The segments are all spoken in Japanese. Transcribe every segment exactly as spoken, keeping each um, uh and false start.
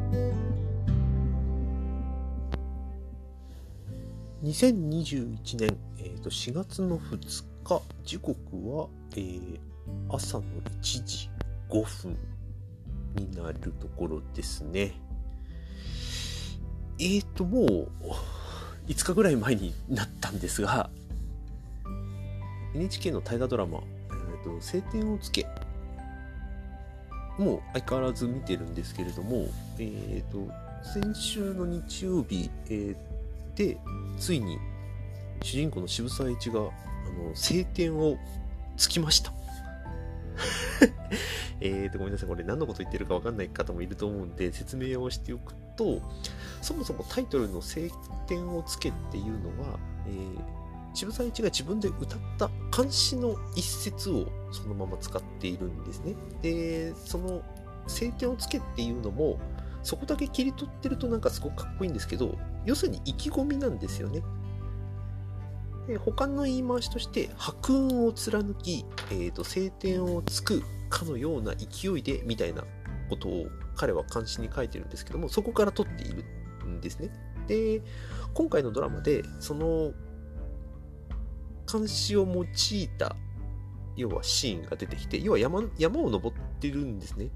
にせんにじゅういちねん、えー、としがつのふつか、時刻は、えー、朝のいちじごふんになるところですね。えーともういつかぐらい前になったんですが、 エヌエイチケー の大河ドラマ、えーと青天を衝け、もう相変わらず見てるんですけれども、えーと先週の日曜日、えーでついに主人公の渋沢栄一があの青天を衝きました。えーとごめんなさい、これ何のこと言ってるか分かんない方もいると思うんで説明をしておくと、そもそもタイトルの青天を衝けっていうのは、えー、渋沢栄一が自分で歌った漢詩の一節をそのまま使っているんですね。で、その青天を衝けっていうのもそこだけ切り取ってるとなんかすごくかっこいいんですけど、要するに意気込みなんですよね。で、他の言い回しとして白雲を貫き、えーと、青天を衝くかのような勢いでみたいなことを彼は漢詩に書いてるんですけども、そこから取っているんですね。で、今回のドラマでその漢詩を用いた要はシーンが出てきて、要は 山, 山を登ってるんですね。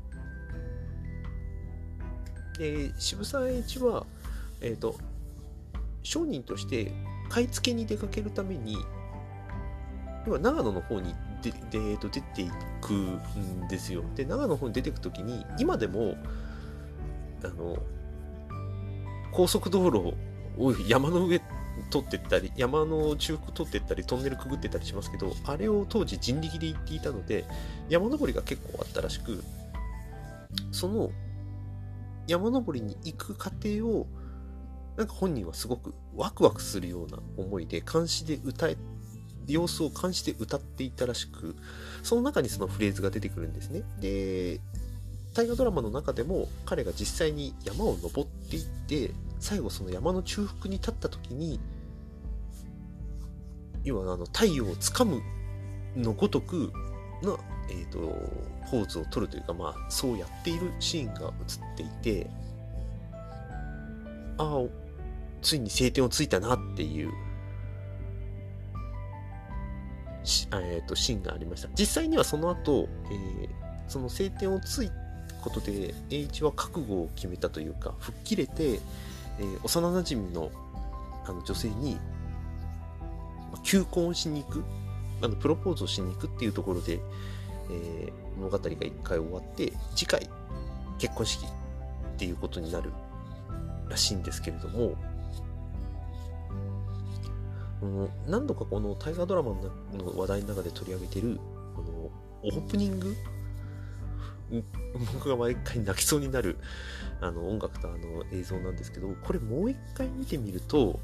で、渋沢栄一は、えーと、商人として買い付けに出かけるために、要は長野の方にでで、えーと、出ていくんですよ。で、長野の方に出ていくときに、今でもあの高速道路を山の上通ってったり、山の中腹通ってったり、トンネルくぐってったりしますけど、あれを当時人力で行っていたので、山登りが結構あったらしく、その山登りに行く過程をなんか本人はすごくワクワクするような思いで漢詩で歌え様子を漢詩で歌っていたらしく、その中にそのフレーズが出てくるんですね。で、大河ドラマの中でも彼が実際に山を登っていって、最後その山の中腹に立った時に、要はあの太陽をつかむのごとくの、えーと、ポーズを取るというか、まあそうやっているシーンが映っていて、ああついに青天を衝いたなっていうえー、とシーンがありました。実際にはその後、えー、その青天を衝いたことで栄一は覚悟を決めたというか、吹っ切れて、えー、幼なじみの、あの女性に、まあ、求婚しに行く、あのプロポーズをしに行くっていうところで、えー、物語が一回終わって、次回結婚式っていうことになるらしいんですけれども、何度かこの大河ドラマの話題の中で取り上げているこのオープニング、僕が毎回泣きそうになるあの音楽とあの映像なんですけど、これもう一回見てみると、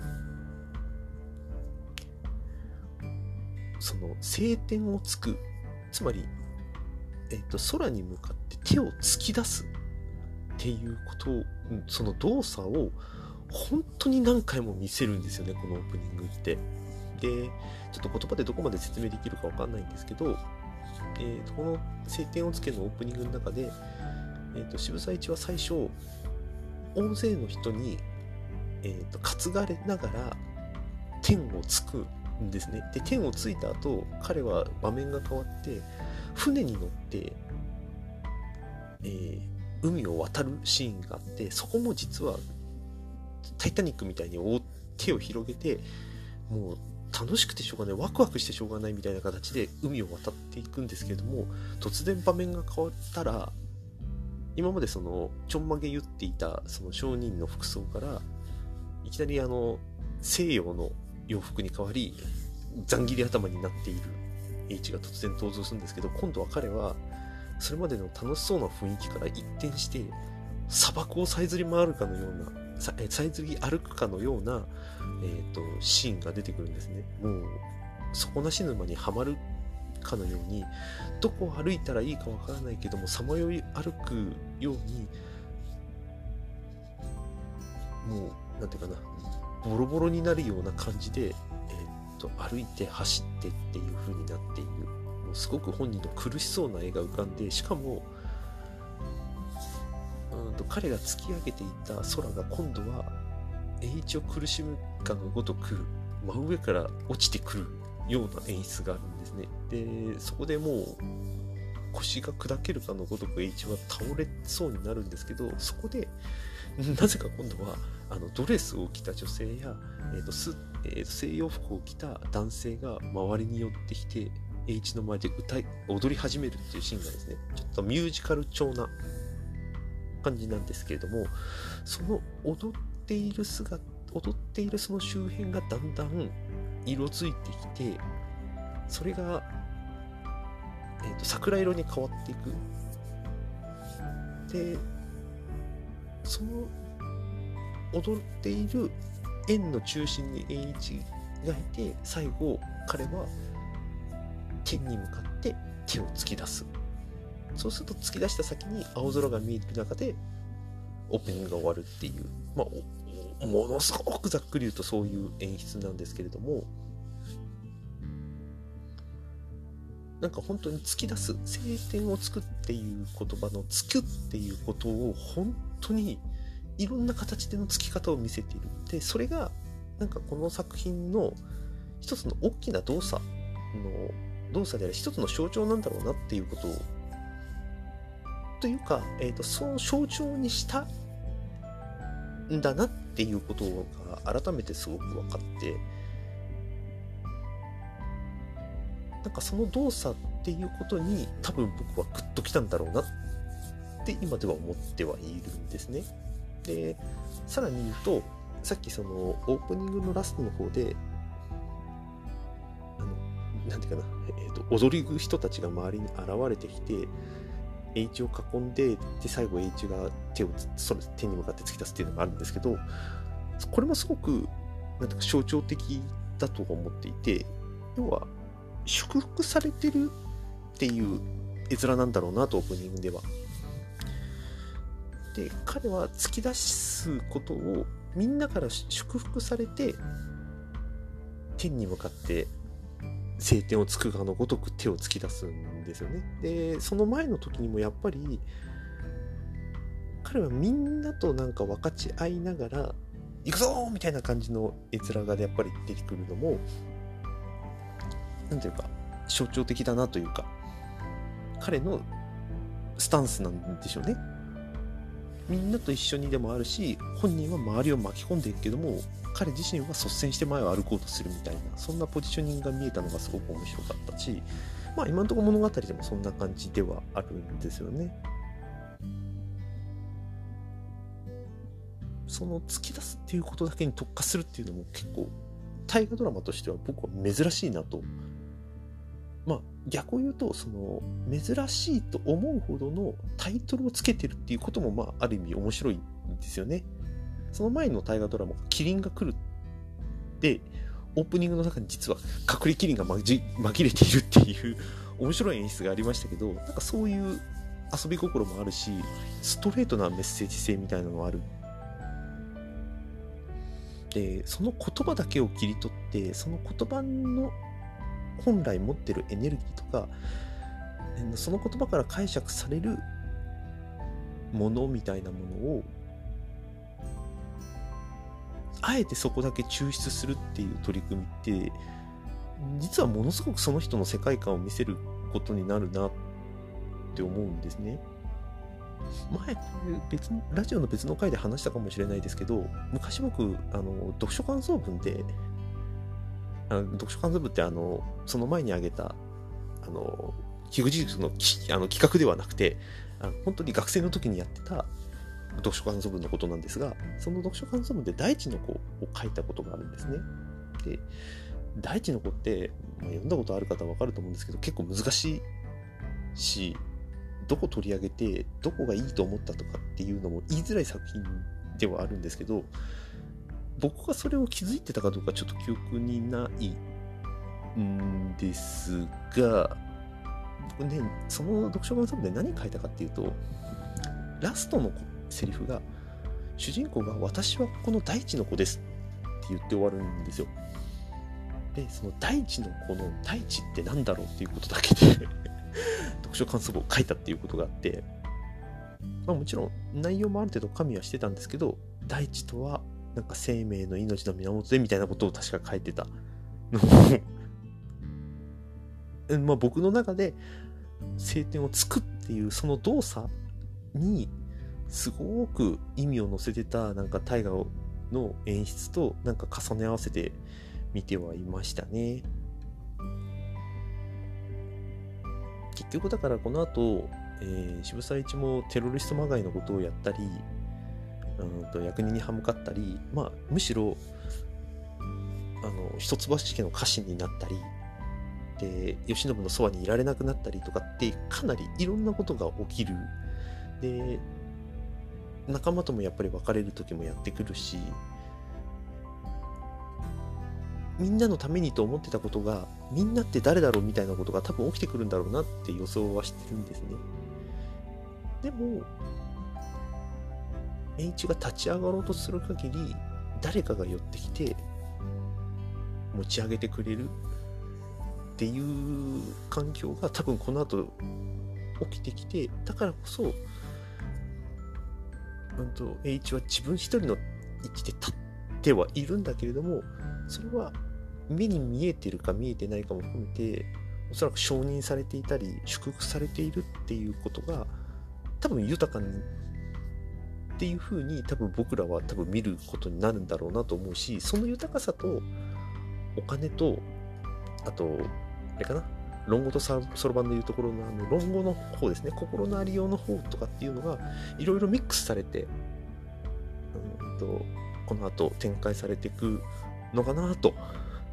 その青天を衝く、つまり、えーと、空に向かって手を突き出すっていうことを、その動作を本当に何回も見せるんですよね、このオープニングって。で、ちょっと言葉でどこまで説明できるかわかんないんですけど、えー、とこの青天を衝けのオープニングの中で、えー、と渋沢栄一は最初大勢の人に、えー、と担がれながら天を衝くんですね。で、天を衝いた後、彼は場面が変わって船に乗って、えー、海を渡るシーンがあって、そこも実はタイタニックみたいに手を広げて、もう楽しくてしょうがない、ワクワクしてしょうがないみたいな形で海を渡っていくんですけれども、突然場面が変わったら、今までそのちょんまげ言っていたその商人の服装からいきなりあの西洋の洋服に変わり、ざん切り頭になっている H が突然登場するんですけど、今度は彼はそれまでの楽しそうな雰囲気から一転して砂漠をさえずり回るかのようなさえずり歩くかのような、えー、とシーンが出てくるんですね。もう底なし沼にはまるかのように、どこを歩いたらいいかわからないけども、さまよい歩くように、もうなんていうかな、ボロボロになるような感じで、えー、と歩いて走ってっていう風になっている。もうすごく本人の苦しそうな絵が浮かんで、しかもうんと彼が突き上げていた空が今度は栄一を苦しむかのごとく真上から落ちてくるような演出があるんですね。でそこでもう腰が砕けるかのごとく栄一は倒れそうになるんですけど、そこでなぜか今度はあのドレスを着た女性や、えーとすえー、と西洋服を着た男性が周りに寄ってきて栄一の前で歌い踊り始めるっていうシーンがですね、ちょっとミュージカル調な感じなんですけれども、その踊っている姿踊っているその周辺がだんだん色づいてきて、それが、えーと桜色に変わっていく。でその踊っている円の中心に栄一がいて、最後彼は天に向かって手を突き出す。そうすると突き出した先に青空が見える中でオープニングが終わるっていう、まあ、ものすごくざっくり言うとそういう演出なんですけれども、なんか本当に突き出す、晴天をつくっていう言葉のつくっていうことを本当にいろんな形でのつき方を見せている。でそれがなんかこの作品の一つの大きな動作の動作である一つの象徴なんだろうなっていうことをというか、えーと、その象徴にしたんだなっていうことが改めてすごく分かって、なんかその動作っていうことに多分僕はグッときたんだろうなって今では思ってはいるんですね。でさらに言うと、さっきそのオープニングのラストの方であのなんていうかな、えーと、踊り人たちが周りに現れてきて栄一を囲んで、で最後栄一が手をそれ天に向かって突き出すっていうのがあるんですけど、これもすごくなんていうか象徴的だと思っていて、要は祝福されてるっていう絵面なんだろうなと、オープニングでは。で彼は突き出すことをみんなから祝福されて天に向かって晴天をつくがのごとく手を突き出すんですよね。でその前の時にもやっぱり彼はみんなとなんか分かち合いながら行くぞみたいな感じの絵面がやっぱり出てくるのもなんていうか象徴的だなというか、彼のスタンスなんでしょうね。みんなと一緒にでもあるし、本人は周りを巻き込んでいくけども、彼自身は率先して前を歩こうとするみたいな、そんなポジショニングが見えたのがすごく面白かったし、まあ今のところ物語でもそんな感じではあるんですよね。その突き出すっていうことだけに特化するっていうのも結構大河ドラマとしては僕は珍しいなと。まあ逆を言うと、その珍しいと思うほどのタイトルをつけてるっていうこともまあある意味面白いんですよね。その前の大河ドラマがキリンが来るで、オープニングの中に実は隠れキリンが紛れているっていう面白い演出がありましたけど、なんかそういう遊び心もあるし、ストレートなメッセージ性みたいなのがある。でその言葉だけを切り取って、その言葉の本来持ってるエネルギーとか、その言葉から解釈されるものみたいなものをあえてそこだけ抽出するっていう取り組みって、実はものすごくその人の世界観を見せることになるなって思うんですね。前別のラジオの別の回で話したかもしれないですけど、昔僕あの読書感想文であの読書感想文ってあのその前に挙げたあの樋口塾のあの企画ではなくて、あの本当に学生の時にやってた読書感想文のことなんですが、その読書感想文で大地の子を書いたことがあるんですね。で大地の子って、まあ、読んだことある方は分かると思うんですけど、結構難しいし、どこ取り上げてどこがいいと思ったとかっていうのも言いづらい作品ではあるんですけど、僕がそれを気づいてたかどうかちょっと記憶にないんですが、僕ね、その読書感想文で何書いたかっていうと、ラストのセリフが、主人公が私はこの大地の子ですって言って終わるんですよ。でその大地の子の大地ってなんだろうっていうことだけで読書感想文を書いたっていうことがあって、 まあ、もちろん内容もある程度加味はしてたんですけど、大地とはなんか生命の命の源でみたいなことを確か書いてたのをまあ僕の中で聖典をつくっていうその動作にすごく意味を乗せてたなんか大河の演出となんか重ね合わせて見てはいましたね。結局だからこの後、えー、渋沢栄一もテロリストまがいのことをやったり、うんと役人に歯向かったり、まあむしろあの一橋家の家臣になったりで慶喜のそばにいられなくなったりとかってかなりいろんなことが起きる。で仲間ともやっぱり別れる時もやってくるし、みんなのためにと思ってたことがみんなって誰だろうみたいなことが多分起きてくるんだろうなって予想はしてるんですね。でも栄一が立ち上がろうとする限り誰かが寄ってきて持ち上げてくれるっていう環境が多分この後起きてきて、だからこそ、うんと、栄一は自分一人の位置で立ってはいるんだけれども、それは目に見えてるか見えてないかも含めておそらく承認されていたり祝福されているっていうことが多分豊かにっていう風に多分僕らは多分見ることになるんだろうなと思うし、その豊かさとお金とあとあれかな論語とそろばんでいうところのあの論語の方ですね、心のありようの方とかっていうのがいろいろミックスされてうんとこの後展開されていくのかなと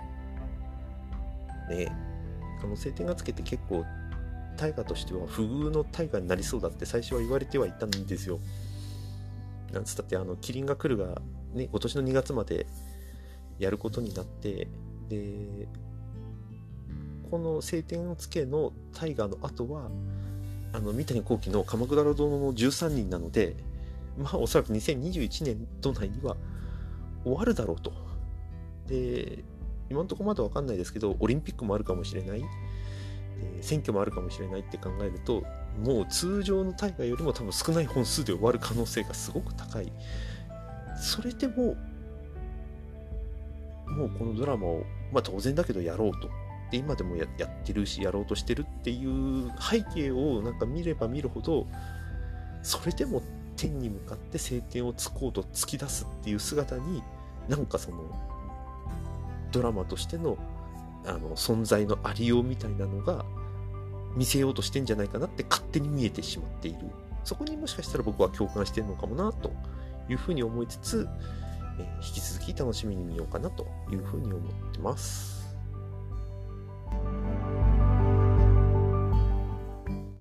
ね。あの聖典がつけて結構大河としては不遇の大河になりそうだって最初は言われてはいたんですよ。なんつったってあのキリンが来るがね今年のにがつまでやることになって、でこの聖典をつけの大河の後はあの三谷幸喜の鎌倉殿のじゅうさんにんなので、まあおそらくにせんにじゅういちねん度内には終わるだろうと。で今のところまだ分かんないですけどオリンピックもあるかもしれない、えー、選挙もあるかもしれないって考えるともう通常の大河よりも多分少ない本数で終わる可能性がすごく高い。それでももうこのドラマをまあ当然だけどやろうとで今でも や, やってるしやろうとしてるっていう背景をなんか見れば見るほどそれでも天に向かって聖典をつこうと突き出すっていう姿になんかそのドラマとしてのあの存在のありようみたいなのが見せようとしてんじゃないかなって勝手に見えてしまっている。そこにもしかしたら僕は共感してるのかもなというふうに思いつつ、えー、引き続き楽しみに見ようかなというふうに思ってます。